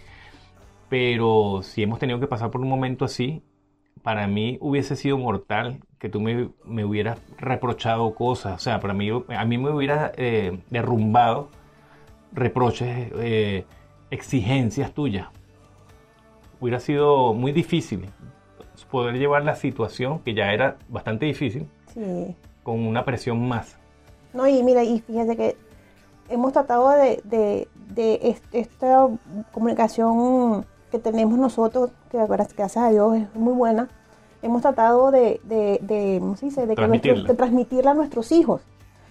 Pero si hemos tenido que pasar por un momento así, para mí hubiese sido mortal que tú me, me hubieras reprochado cosas. O sea, para mí, a mí me hubiera eh, derrumbado reproches, eh, exigencias tuyas. Hubiera sido muy difícil poder llevar la situación, que ya era bastante difícil, sí, con una presión más. No, y mira, y fíjate que hemos tratado de, de, de esta comunicación que tenemos nosotros, que gracias a Dios es muy buena, hemos tratado de, de, de, ¿cómo se dice? De, que nuestro, de transmitirla a nuestros hijos.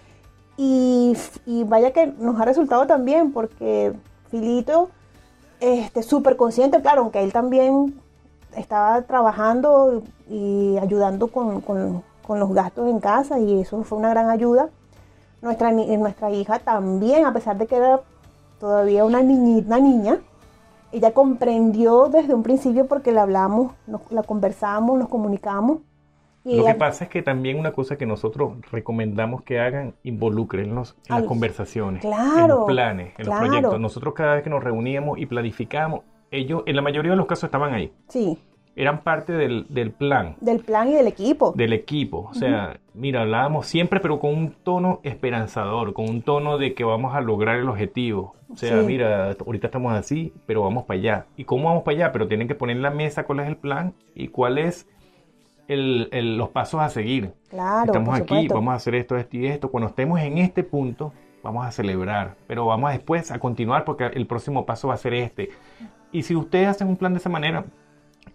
Y, y vaya que nos ha resultado también, porque Filito, este, súper consciente, claro, aunque él también estaba trabajando y ayudando con, con, con los gastos en casa, y eso fue una gran ayuda. Nuestra, nuestra hija también, a pesar de que era todavía una, niñi, una niña, ella comprendió desde un principio porque la hablamos, nos, la conversamos, nos comunicamos. Y Lo ella, que pasa es que también una cosa que nosotros recomendamos que hagan, involúcrenlos en las conversaciones, claro, en los planes, en claro. los proyectos. Nosotros cada vez que nos reuníamos y planificábamos, ellos en la mayoría de los casos estaban ahí. Sí. Eran parte del, del plan. Del plan y del equipo. Del equipo. O sea, uh-huh. mira, hablábamos siempre, pero con un tono esperanzador, con un tono de que vamos a lograr el objetivo. O sea, sí. mira, ahorita estamos así, pero vamos para allá. ¿Y cómo vamos para allá? Pero tienen que poner en la mesa cuál es el plan y cuál es el, el, los pasos a seguir. Claro, Estamos por aquí, supuesto. vamos a hacer esto, esto y esto. Cuando estemos en este punto, vamos a celebrar. Pero vamos después a continuar porque el próximo paso va a ser este. Y si ustedes hacen un plan de esa manera,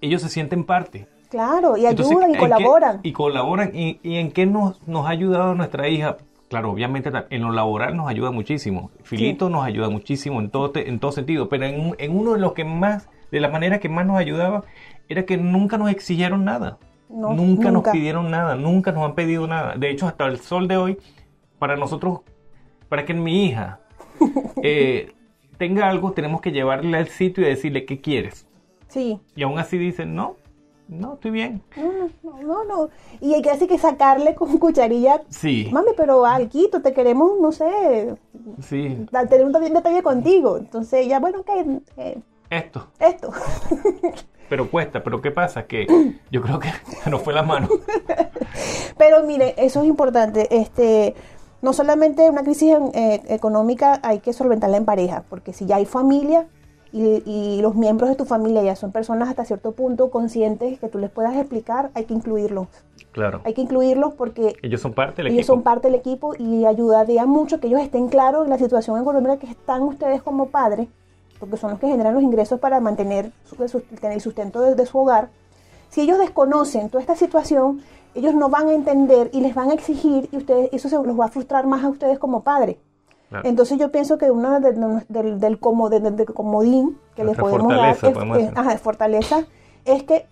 ellos se sienten parte. Claro, y Entonces, ayudan y ¿en colaboran. qué- y colaboran. ¿Y, y en qué nos, nos ha ayudado nuestra hija? Claro, obviamente ta- en lo laboral nos ayuda muchísimo. Filito nos ayuda muchísimo en todo, te- en todo sentido. Pero en, en uno de los que más, de la manera que más nos ayudaba, era que nunca nos exigieron nada. No, nunca, nos nunca. pidieron nada, nunca nos han pedido nada. De hecho, hasta el sol de hoy, para nosotros, para que mi hija eh, tenga algo, tenemos que llevarle al sitio y decirle qué quieres. Sí. Y aún así dicen, no, no, estoy bien. No, no, no, no. Y hay que así que sacarle con cucharilla. Sí, Mami, pero alquito, te queremos, no sé, sí, da- tener un detalle detalle contigo. Entonces ella, bueno, ok, eh, esto. esto. Pero cuesta, pero ¿qué pasa? Que yo creo que se nos fue la mano. Pero mire, eso es importante. Este, no solamente una crisis eh, económica hay que solventarla en pareja, porque si ya hay familia y, y los miembros de tu familia ya son personas hasta cierto punto conscientes que tú les puedas explicar, hay que incluirlos. Claro. Hay que incluirlos porque Ellos son parte del ellos equipo. son parte del equipo y ayudaría mucho que ellos estén claros en la situación económica que están ustedes como padres, porque son los que generan los ingresos para mantener su- su- el sustento de, de su hogar. Si ellos desconocen toda esta situación, ellos no van a entender y les van a exigir y ustedes eso se los va a frustrar más a ustedes como padres. Claro. Entonces yo pienso que uno de- de- del, del, como, de- de- del comodín que les Nuestra podemos fortaleza, dar es, podemos es- decir. ajá, de fortaleza es que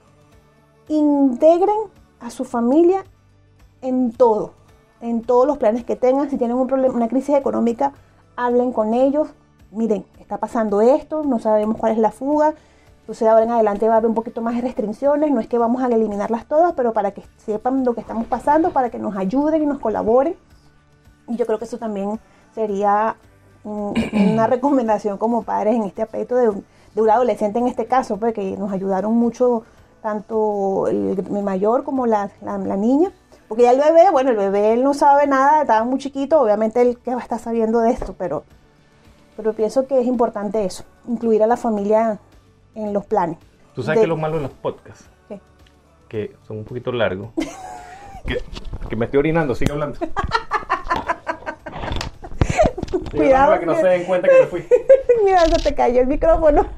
integren a su familia en todo, en todos los planes que tengan. Si tienen un problema, una crisis económica, hablen con ellos. Miren, está pasando esto, no sabemos cuál es la fuga. Entonces ahora en adelante va a haber un poquito más de restricciones. No es que vamos a eliminarlas todas, pero para que sepan lo que estamos pasando, para que nos ayuden y nos colaboren. Y yo creo que eso también sería un- una recomendación como padres en este aspecto de un, de un adolescente en este caso, porque nos ayudaron mucho tanto el, el mayor como la, la, la niña. Porque ya el bebé, bueno, el bebé él no sabe nada, estaba muy chiquito, obviamente él que va a estar sabiendo de esto, pero, pero pienso que es importante eso, incluir a la familia en los planes. Tú sabes De- que lo malo de los podcasts, ¿Qué? que son un poquito largos, que, que me estoy orinando, sigue hablando. Sigue Cuidado, hablando para que no se den cuenta que me fui. Mira, se te cayó el micrófono.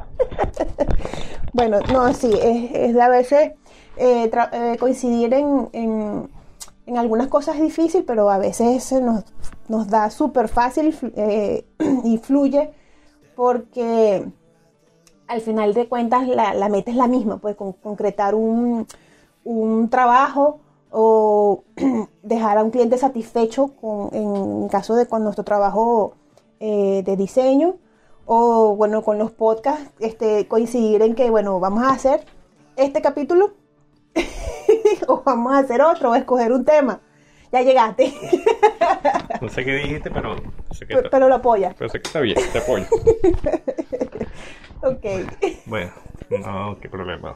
Bueno, no, sí, es, es de a veces eh, tra- eh, coincidir en, en, en algunas cosas es difícil, pero a veces se nos, nos da súper fácil y flu- eh, y fluye porque al final de cuentas la, la meta es la misma, pues con, concretar un, un trabajo o dejar a un cliente satisfecho con, en caso de con nuestro trabajo eh, de diseño, o bueno, con los podcasts, este, coincidir en que, bueno, vamos a hacer este capítulo o vamos a hacer otro, o escoger un tema. Ya llegaste, No sé qué dijiste, pero sé que pero, está, pero lo apoyas. pero sé que está bien, te apoyo. Ok. Bueno, no, qué problema.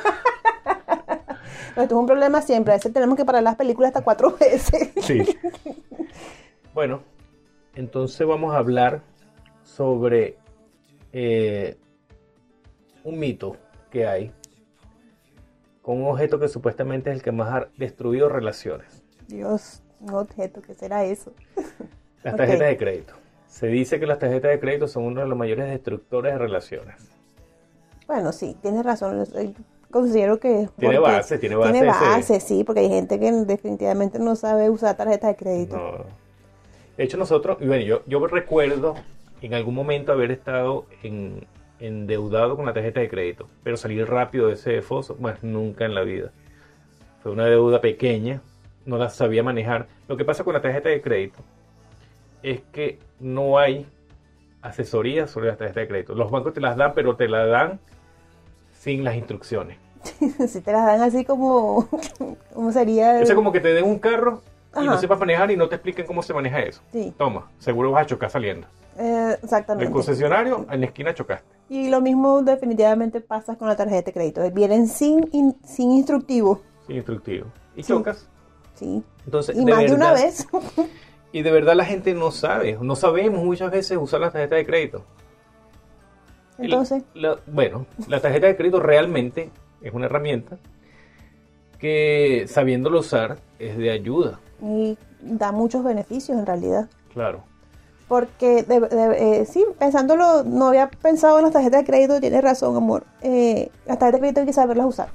Esto es un problema siempre, a veces tenemos que parar las películas hasta cuatro veces. Sí. Bueno, entonces vamos a hablar sobre eh, un mito que hay con un objeto que supuestamente es el que más ha destruido relaciones. Dios, un objeto, ¿qué será eso? Las Ok. tarjetas de crédito. Se dice que las tarjetas de crédito son uno de los mayores destructores de relaciones. Bueno, sí, tienes razón. eh, Considero que... Tiene porque base, tiene base Tiene ese- base, sí, porque hay gente que definitivamente no sabe usar tarjeta de crédito. No. De hecho, nosotros, y bueno, yo, yo recuerdo en algún momento haber estado en, endeudado con la tarjeta de crédito, pero salir rápido de ese foso, pues nunca en la vida. Fue una deuda pequeña, no la sabía manejar. Lo que pasa con la tarjeta de crédito es que no hay asesoría sobre la tarjeta de crédito. Los bancos te las dan, pero te la dan sin las instrucciones. Si te las dan así como... ¿Cómo sería? Eso es como que te den un carro y Ajá. no sepas manejar y no te expliquen cómo se maneja eso. Sí, Toma, seguro vas a chocar saliendo. eh, Del exactamente. concesionario, en la esquina chocaste. Y lo mismo definitivamente pasa con la tarjeta de crédito. Vienen sin, in- sin instructivo. Sin instructivo. Y Sí. chocas. Sí. Entonces, Y de más de una verdad- vez. Y de verdad la gente no sabe. No sabemos muchas veces usar la tarjeta de crédito. El- Entonces, la- bueno, la tarjeta de crédito realmente es una herramienta que, sabiéndolo usar, es de ayuda. y da muchos beneficios en realidad. Claro. Porque, de, de, eh, sí, pensándolo, no había pensado en las tarjetas de crédito, tienes razón, amor. Eh, las tarjetas de crédito hay que saberlas usar.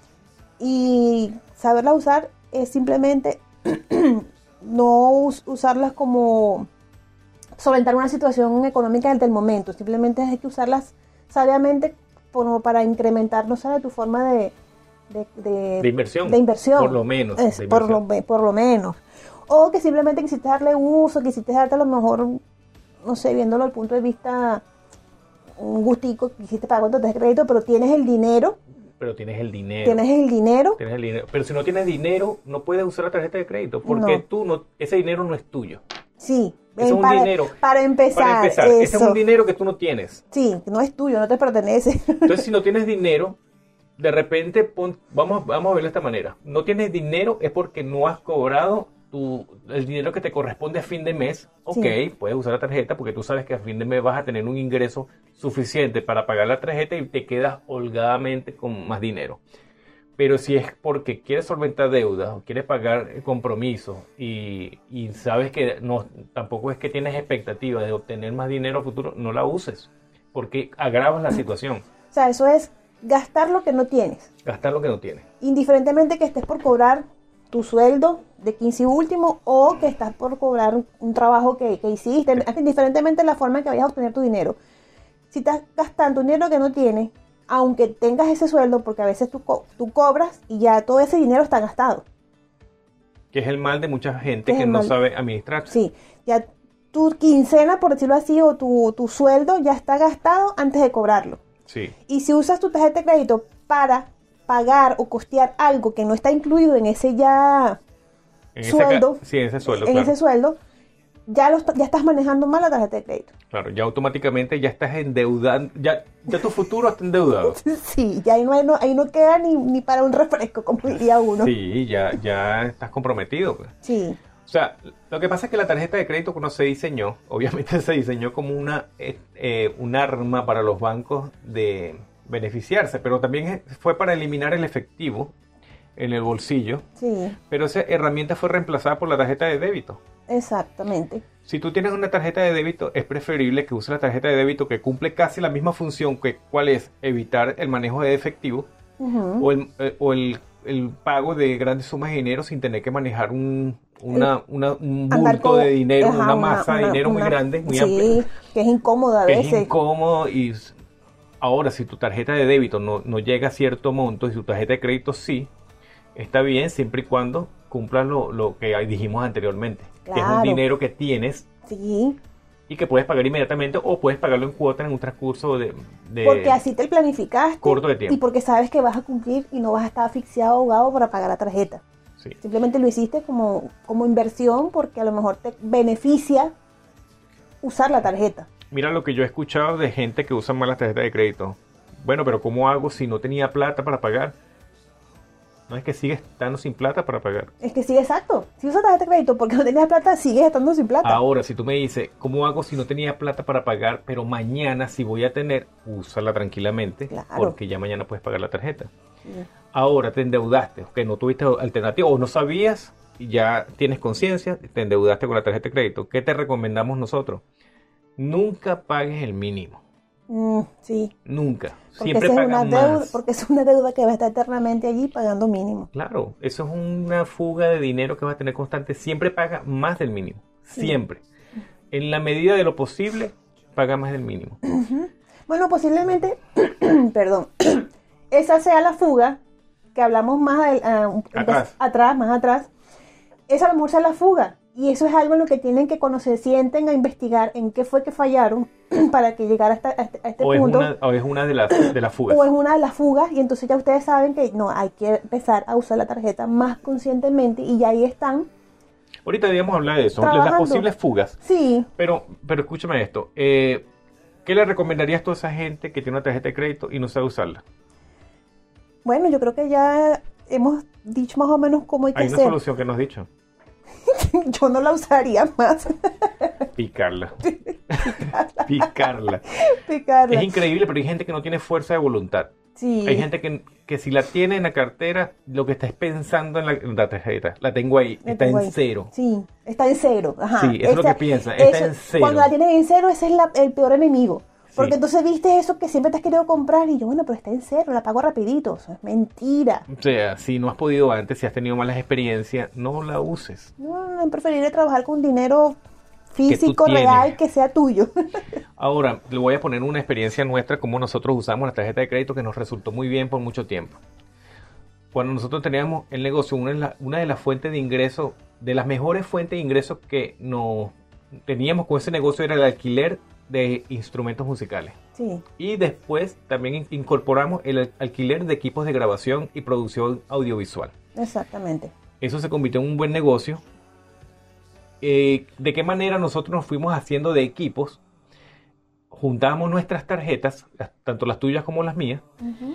Y saberlas usar es simplemente no us- usarlas como solventar una situación económica del momento. Simplemente hay que usarlas sabiamente como para incrementar, no sé, tu forma de, de, de, De inversión. de inversión. Por lo menos. Es, de por, lo, inversión. por lo menos. O que simplemente quisiste darle uso, quisiste darte a lo mejor, no sé, viéndolo al punto de vista, un gustico, quisiste pagar con tarjeta de crédito, pero tienes el dinero. Pero tienes el dinero. Tienes el dinero. Tienes el dinero. Pero si no tienes dinero, no puedes usar la tarjeta de crédito. Porque No. tú no, ese dinero no es tuyo. Sí. Ese es un para, dinero. Para empezar. Para empezar, eso. ese es un dinero que tú no tienes. Sí, no es tuyo, no te pertenece. Entonces, si no tienes dinero, de repente, pon- vamos, vamos a verlo de esta manera. No tienes dinero es porque no has cobrado tu, el dinero que te corresponde a fin de mes. Ok, Sí. puedes usar la tarjeta porque tú sabes que a fin de mes vas a tener un ingreso suficiente para pagar la tarjeta y te quedas holgadamente con más dinero. Pero si es porque quieres solventar deudas o quieres pagar compromisos y, y sabes que no, tampoco es que tienes expectativa de obtener más dinero a futuro, no la uses porque agravas la situación. O sea, eso es gastar lo que no tienes. Gastar lo que no tienes. Indiferentemente que estés por cobrar tu sueldo de quince y último o que estás por cobrar un trabajo que, que hiciste, indiferentemente de la forma en que vayas a obtener tu dinero. Si estás gastando dinero que no tienes, aunque tengas ese sueldo, porque a veces tú, co- tú cobras y ya todo ese dinero está gastado. Que es el mal de mucha gente Que es que el no mal. sabe administrarse. Sí, ya tu quincena, por decirlo así, o tu, tu sueldo ya está gastado antes de cobrarlo. Sí. Y si usas tu tarjeta de crédito para pagar o costear algo que no está incluido en ese ya En ese sueldo, ca- sí, en ese sueldo, en claro. ese sueldo, ya, lo, est- ya estás manejando mal la tarjeta de crédito. Claro, ya automáticamente ya estás endeudando, ya, ya tu futuro está endeudado. Sí, ya ahí no, hay- no- ahí no queda ni, ni para un refresco, como diría uno. Sí, ya, ya estás comprometido, pues. Sí, O sea, lo que pasa es que la tarjeta de crédito cuando se diseñó, obviamente se diseñó como una, eh, eh, un arma para los bancos de beneficiarse, pero también es- fue para eliminar el efectivo en el bolsillo, sí, pero esa herramienta fue reemplazada por la tarjeta de débito. exactamente. Si tú tienes una tarjeta de débito, es preferible que uses la tarjeta de débito que cumple casi la misma función que cuál es evitar el manejo de efectivo Ujú. o, el, eh, o el, el pago de grandes sumas de dinero sin tener que manejar un, una, una- un Andar bulto con- de dinero, ajá, una masa de una- dinero muy una- grande, muy sí, amplia, que es incómodo a que veces. es incómodo. Y s- ahora, si tu tarjeta de débito no, no llega a cierto monto y tu tarjeta de crédito sí, está bien siempre y cuando cumplan lo, lo que dijimos anteriormente, que es un Claro. dinero que tienes Sí, y que puedes pagar inmediatamente o puedes pagarlo en cuotas en un transcurso de, de- porque así te planificaste corto de tiempo. y porque sabes que vas a cumplir y no vas a estar asfixiado ahogado para pagar la tarjeta. Sí. Simplemente lo hiciste como, como inversión porque a lo mejor te beneficia usar la tarjeta. Mira lo que yo he escuchado de gente que usa mal las tarjetas de crédito. Bueno, pero ¿cómo hago si no tenía plata para pagar? No es que sigues estando sin plata para pagar. Es que sí, exacto. Si usas tarjeta de crédito porque no tenías plata, sigues estando sin plata. Ahora, si tú me dices, ¿cómo hago si no tenía plata para pagar, pero mañana si voy a tener, úsala tranquilamente, Claro. porque ya mañana puedes pagar la tarjeta. Sí. Ahora te endeudaste, que no tuviste alternativa o no sabías y ya tienes conciencia, te endeudaste con la tarjeta de crédito. ¿Qué te recomendamos nosotros? Nunca pagues el mínimo. Mm, sí. Nunca. Porque, Siempre esa es pagas una deuda, más. porque es una deuda que va a estar eternamente allí pagando mínimo. Claro, eso es una fuga de dinero que vas a tener constante. Siempre paga más del mínimo. Sí. Siempre. En la medida de lo posible, paga más del mínimo. Bueno, posiblemente, perdón, esa sea la fuga que hablamos más adel- ah, un- Atrás. atrás, más atrás. Esa a lo mejor sea la fuga. Y eso es algo en lo que tienen que cuando se sienten a investigar en qué fue que fallaron para que llegara hasta, a este, a este O es punto. una, o es una de las, de las fugas. O es una de las fugas y entonces ya ustedes saben que no, hay que empezar a usar la tarjeta más conscientemente y ya ahí están. Ahorita debíamos hablar de eso, de las Trabajando. posibles fugas. Sí, Pero, pero escúchame esto. eh, ¿Qué le recomendarías tú a esa gente que tiene una tarjeta de crédito y no sabe usarla? bueno, yo creo que ya hemos dicho más o menos cómo hay que Hay una hacer. solución que nos has dicho. yo no la usaría más. Picarla. Picarla. Picarla. Es increíble, pero hay gente que no tiene fuerza de voluntad. Sí. Hay gente que, que si la tiene en la cartera, lo que está es pensando en la, en la tarjeta. La tengo ahí, La está tengo en ahí. cero. Sí, está en cero. Ajá. Sí, eso es lo que piensa, está en cero. Cuando la tienes en cero, ese es la- el peor enemigo. Porque Sí. entonces viste eso que siempre te has querido comprar y yo, bueno, pero está en cero, la pago rapidito. Eso es mentira. O sea, si no has podido antes, si has tenido malas experiencias, no la uses. No, es preferible trabajar con dinero físico, tienes. real, que sea tuyo. Ahora, le voy a poner una experiencia nuestra, como nosotros usamos la tarjeta de crédito, que nos resultó muy bien por mucho tiempo. Cuando nosotros teníamos el negocio, una de, la- una de las fuentes de ingreso, de las mejores fuentes de ingreso que nos teníamos con ese negocio era el alquiler de instrumentos musicales. Sí, Y después también in- incorporamos el al- alquiler de equipos de grabación y producción audiovisual. exactamente. Eso se convirtió en un buen negocio. Eh, ¿de qué manera nosotros nos fuimos haciendo de equipos? Juntábamos nuestras tarjetas, las- tanto las tuyas como las mías, Ujú.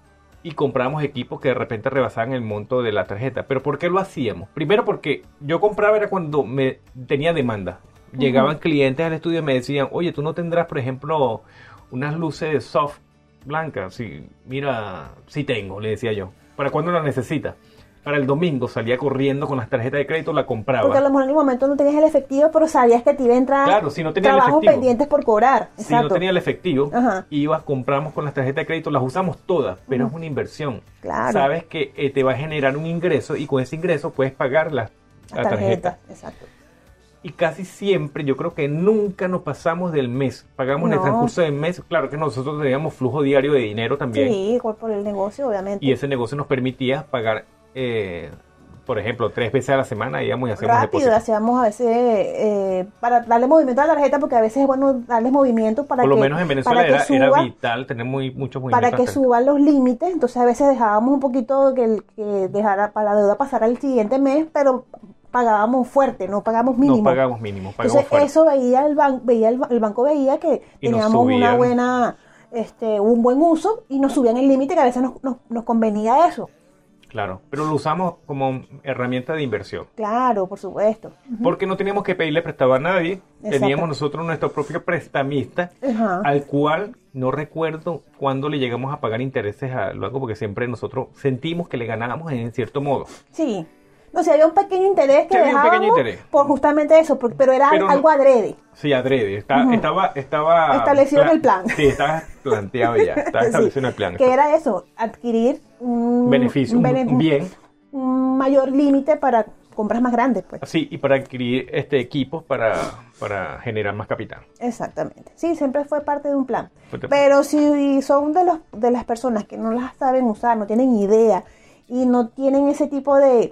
y comprábamos equipos que de repente rebasaban el monto de la tarjeta. ¿Pero por qué lo hacíamos? Primero porque yo compraba era cuando me tenía demanda. Llegaban clientes al estudio y me decían, oye, tú no tendrás, por ejemplo, unas luces soft blancas. Sí, mira, sí tengo, le decía yo. ¿Para cuándo la necesitas? Para el domingo salía corriendo con las tarjetas de crédito, la compraba. Porque a lo mejor en el momento no tenías el efectivo, pero sabías que te iba a entrar Claro, si no tenía el trabajos efectivo. pendientes por cobrar. Si no Exacto. tenía el efectivo, Ajá. ibas, compramos con las tarjetas de crédito, las usamos todas, pero es una inversión. Claro. Sabes que eh, te va a generar un ingreso y con ese ingreso puedes pagar la, la Las tarjeta. tarjetas, exacto. Y casi siempre, yo creo que nunca nos pasamos del mes. Pagamos en el No. transcurso del mes. Claro que nosotros teníamos flujo diario de dinero también. Sí, igual por el negocio, obviamente. Y ese negocio nos permitía pagar, eh, por ejemplo, tres veces a la semana íbamos y hacíamos Rápido, depósitos. hacíamos a veces eh, para darle movimiento a la tarjeta, porque a veces es bueno darles movimiento para Por lo que, menos en Venezuela para que era, era suba, vital tener muy, muchos para movimientos. que hasta- suban los límites. Entonces a veces dejábamos un poquito que, el- que dejara para la deuda pasar al siguiente mes, pero pagábamos fuerte, no pagamos mínimo. No pagamos mínimo, pagamos Entonces fuerte. eso veía el banco, veía el, ba- el banco veía que Y nos teníamos una subían. buena, este, un buen uso y nos subían el límite, que a veces nos, nos, nos convenía eso. Claro, pero lo usamos como herramienta de inversión. Claro, por supuesto. Porque no teníamos que pedirle prestado a nadie. Exacto. Teníamos nosotros nuestro propio prestamista, Ajá. al cual no recuerdo cuándo le llegamos a pagar intereses al banco, porque siempre nosotros sentimos que le ganábamos en cierto modo. Sí. No sé, había un pequeño interés que Sí, había un dejábamos pequeño interés. por justamente eso, por- pero era Pero no- algo adrede. Sí, adrede. Está- Ujú. estaba, estaba Establecido en el plan. Sí, estaba planteado ya. Estaba Sí, establecido en el plan. que era eso, adquirir un Beneficio, un, bene- un bien. un mayor límite para compras más grandes, pues. Sí, y para adquirir este equipos para, para generar más capital. Exactamente. Sí, siempre fue parte de un plan. Fue de- Pero si son de los de las personas que no las saben usar, no tienen idea y no tienen ese tipo de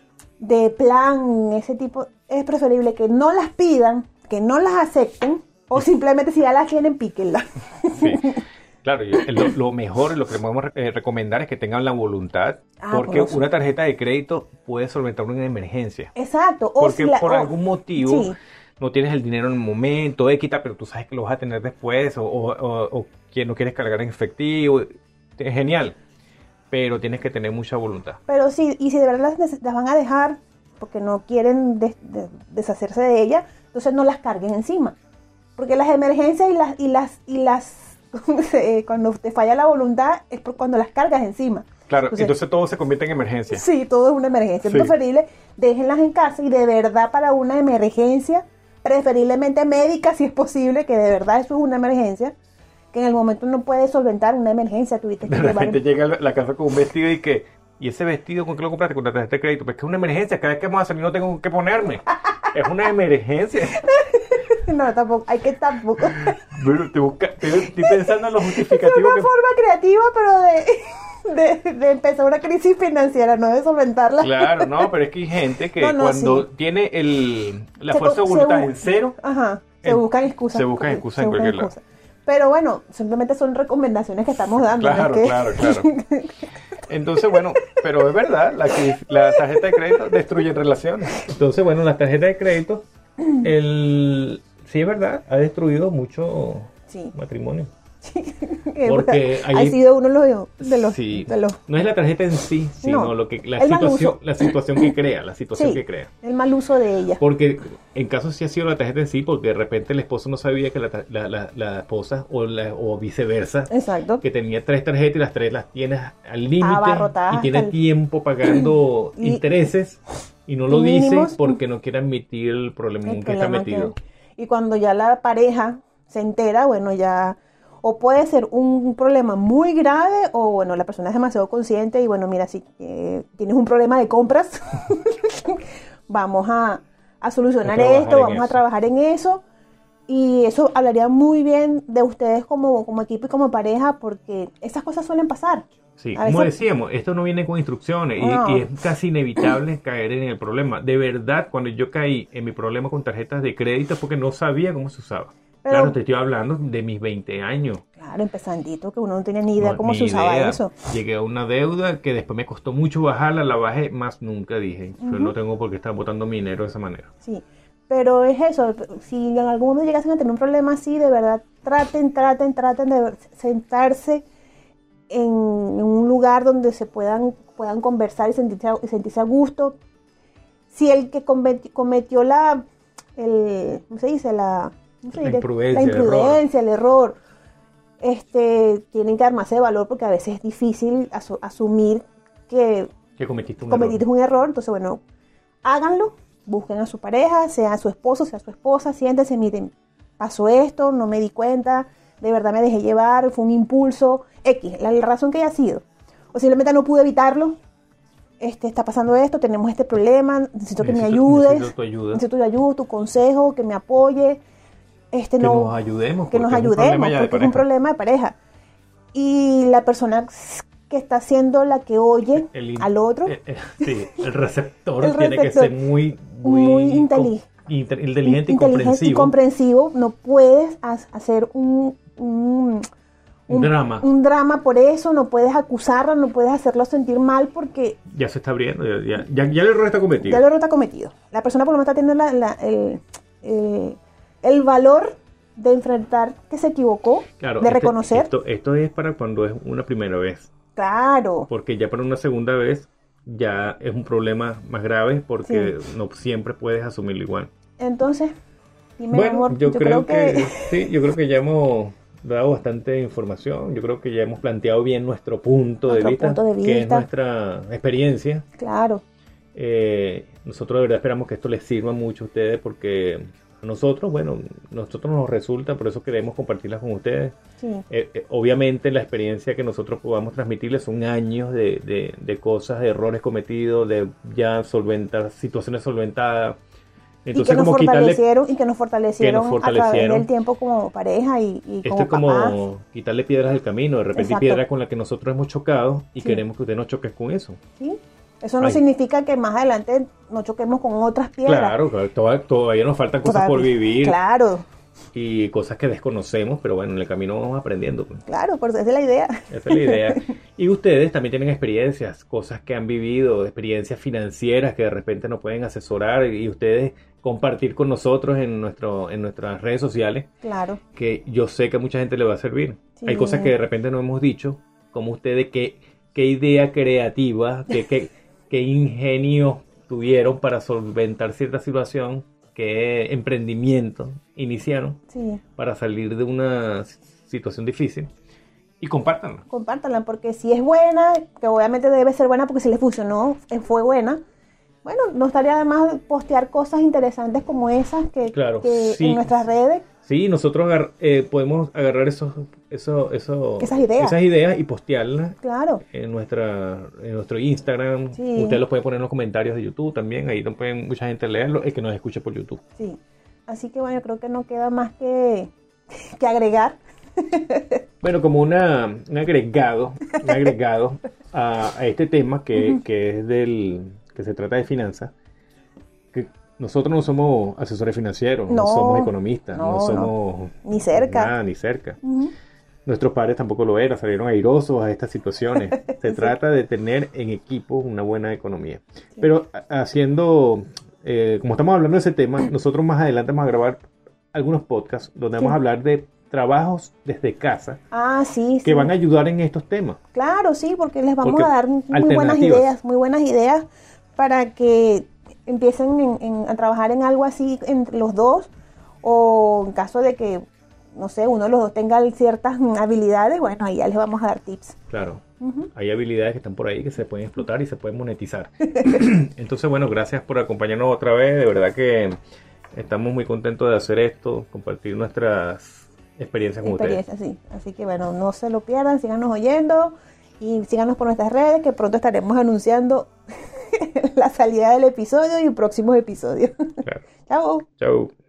de plan, ese tipo, es preferible que no las pidan, que no las acepten, o simplemente si ya las tienen, píquenlas. Sí. Claro, y lo, lo mejor, lo que podemos eh, recomendar es que tengan la voluntad, Ah, porque por eso. una tarjeta de crédito puede solventar una emergencia. Exacto. O Porque si la- por o- algún motivo sí. no tienes el dinero en el momento, X, pero tú sabes que lo vas a tener después, o, o, o- o que no quieres cargar en efectivo. Es genial, pero tienes que tener mucha voluntad. Pero sí, y si de verdad las, neces- las van a dejar porque no quieren des- de- deshacerse de ellas, entonces no las carguen encima. Porque las emergencias y las, y las, y las eh, cuando te falla la voluntad es por cuando las cargas encima. Claro, Entonces- entonces todo se convierte en emergencia. Sí, todo es una emergencia. Sí. Es preferible, déjenlas en casa y de verdad para una emergencia, preferiblemente médica si es posible, que de verdad eso es una emergencia, que en el momento no puedes solventar una emergencia, tuviste que De llevar... repente llega a la casa con un vestido y que, ¿y ese vestido con qué lo compraste? Con la tarjeta de crédito. Pues que es una emergencia, cada vez que vamos a salir no tengo que ponerme. Es una emergencia. No, tampoco, hay que tampoco... Pero te busca, te- estoy pensando en los Es justificativos una que... forma creativa, pero de, de, de empezar una crisis financiera, no de solventarla. Claro, no, pero es que hay gente que No, no, cuando sí. tiene el, la Se fuerza de co- se voluntad bu- en cero, Ajá, se en- buscan excusas. se buscan excusas en buscan cualquier lado. excusas. Pero bueno, simplemente son recomendaciones que estamos dando. ¿no? Claro, Es que- claro, claro. Entonces, bueno, pero es verdad, la, que- la tarjeta de crédito destruye relaciones. Entonces, bueno, la tarjeta de crédito, el, sí es verdad, ha destruido mucho Sí. matrimonio. Porque ha ahí- sido uno de los, de los, Sí. de los- No es la tarjeta en sí, sino No, lo que la el mal situación, uso. la situación que crea, la situación Sí. que crea. el mal uso de ella. Porque en caso sí ha sido la tarjeta en sí, porque de repente el esposo no sabía que la, ta- la, la- la esposa o, la, o viceversa, Exacto. que tenía tres tarjetas y las tres las tienes al límite Abarrotadas y tiene hasta el- tiempo pagando Y- intereses y no lo y dice mínimos. porque no quiere admitir el problemón El que está problema metido. que- y cuando ya la pareja se entera, bueno, ya o puede ser un problema muy grave o bueno, la persona es demasiado consciente y bueno, mira, si eh, tienes un problema de compras, vamos a, a solucionar A trabajar esto, en vamos a eso. trabajar en eso. Y eso hablaría muy bien de ustedes como, como equipo y como pareja porque esas cosas suelen pasar. Sí, A como veces- decíamos, esto no viene con instrucciones y- No. y, es casi inevitable caer en el problema. De verdad, cuando yo caí en mi problema con tarjetas de crédito es porque no sabía cómo se usaba. Pero- Claro, te estoy hablando de mis veinte años. Claro, empezandito, que uno no tenía ni idea No, cómo ni se usaba idea. eso. Llegué a una deuda que después me costó mucho bajarla, la bajé, más nunca dije. Yo no tengo por qué estar botando mi dinero de esa manera. Sí, pero es eso, si en algún momento llegasen a tener un problema así, de verdad, traten, traten, traten de sentarse en, en un lugar donde se puedan, puedan conversar y sentirse, a- y sentirse a gusto. Si el que cometi- cometió la, el, ¿cómo se dice? La, ¿cómo se La dice? imprudencia, La el error. imprudencia, el error, este, tienen que armarse de valor porque a veces es difícil asu- asumir que Que cometiste un cometiste error. un error, entonces bueno, háganlo, busquen a su pareja, sea su esposo, sea su esposa, siéntense, miren, pasó esto, no me di cuenta, de verdad me dejé llevar, fue un impulso, X, la, la razón que haya sido, o simplemente no pude evitarlo, este, está pasando esto, tenemos este problema, necesito que me Necesito- ayudes, necesito tu ayuda. necesito tu ayuda, tu consejo, que me apoye, este, Que no, nos ayudemos. que nos porque es un ayudemos, problema ya de porque es un pareja. problema de pareja. Y la persona que está siendo la que oye El in- al otro, eh, eh, sí, el receptor El tiene que receptor. ser muy, Muy muy, inteli- com- inter- inteligente y inteligente comprensivo. y comprensivo, no puedes ha- hacer un, un, Un drama. un drama por eso, no puedes acusarlo, no puedes hacerlo sentir mal porque Ya se está abriendo, ya, ya, ya, ya el error está cometido. ya el error está cometido. La persona por lo menos está teniendo la- la- el, el, el valor de enfrentar que se equivocó, Claro, de este- reconocer. Esto, esto es para cuando es una primera vez. Claro, Porque ya para una segunda vez ya es un problema más grave porque no siempre puedes asumirlo igual. entonces, dime, Bueno, amor, yo, creo, que, sí, yo creo que ya hemos dado bastante información. Yo creo que ya hemos planteado bien nuestro punto, de, Nuestro vista, punto de que es vista. nuestra experiencia. claro, Eh, nosotros de verdad esperamos que esto les sirva mucho a ustedes porque a nosotros, bueno, nosotros nos resulta, por eso queremos compartirlas con ustedes. sí, Eh, eh, obviamente la experiencia que nosotros podamos transmitirles son años de, de, de cosas, de errores cometidos, de ya solventar, situaciones solventadas. y Entonces que nos como quitarle, fortalecieron y que nos fortalecieron, a través fortalecieron. del tiempo como pareja y, y esto como es como papás. quitarle piedras al camino, de repente Exacto. piedras con las que nosotros hemos chocado y Sí. queremos que usted no choque con eso. ¿Sí? Eso no Ay. significa que más adelante no choquemos con otras piedras. Claro, claro, toda- todavía nos faltan cosas por Todavía- vivir Claro, y cosas que desconocemos, pero bueno, en el camino vamos aprendiendo. Pues. claro, por esa es la idea. Esa es la idea. Y ustedes también tienen experiencias, cosas que han vivido, experiencias financieras que de repente nos pueden asesorar y ustedes compartir con nosotros en nuestro en nuestras redes sociales, Claro, que yo sé que a mucha gente le va a servir. Sí. Hay cosas que de repente no hemos dicho, como ustedes, qué, qué idea creativa, qué, qué, qué ingenio tuvieron para solventar cierta situación, qué emprendimiento iniciaron sí. para salir de una situación difícil. Y compártanlo. Compártanla porque si es buena, que obviamente debe ser buena porque si les funcionó, eh, fue buena. Bueno, no estaría de más postear cosas interesantes como esas que, Claro, que sí. en nuestras redes. Sí, nosotros agar- eh, podemos agarrar esos, eso, eso, Esas ideas. esas ideas y postearlas Claro, en nuestra en nuestro Instagram. Sí. Ustedes los pueden poner en los comentarios de YouTube también. Ahí no pueden mucha gente leerlo, el que nos escuche por YouTube. sí. Así que bueno, yo creo que no queda más que, que agregar. Bueno, como una, un agregado, un agregado a, a este tema que, que es del que se trata de finanzas, que nosotros no somos asesores financieros, no, No, somos economistas, no, no, somos Ni cerca. nada, ni cerca. Ujú. Nuestros padres tampoco lo eran, salieron airosos a estas situaciones. Se Sí. trata de tener en equipo una buena economía. Pero a- haciendo, eh, como estamos hablando de ese tema, nosotros más adelante vamos a grabar algunos podcasts donde vamos Sí. a hablar de trabajos desde casa Ah, sí, que sí. van a ayudar en estos temas. Claro, sí, porque les vamos Porque a dar muy buenas alternativas. ideas, muy buenas ideas para que empiecen en- en- a trabajar en algo así entre los dos, o en caso de que, no sé, uno de los dos tenga ciertas mm, habilidades, bueno, ahí ya les vamos a dar tips. Claro, Ujú. hay habilidades que están por ahí que se pueden explotar y se pueden monetizar. Entonces, bueno, gracias por acompañarnos otra vez. De verdad que estamos muy contentos de hacer esto, compartir nuestras experiencias con ustedes. Experiencia, sí. Así que bueno, no se lo pierdan, síganos oyendo y síganos por nuestras redes, que pronto estaremos anunciando la salida del episodio y próximos episodios. Claro. Chao. Chau.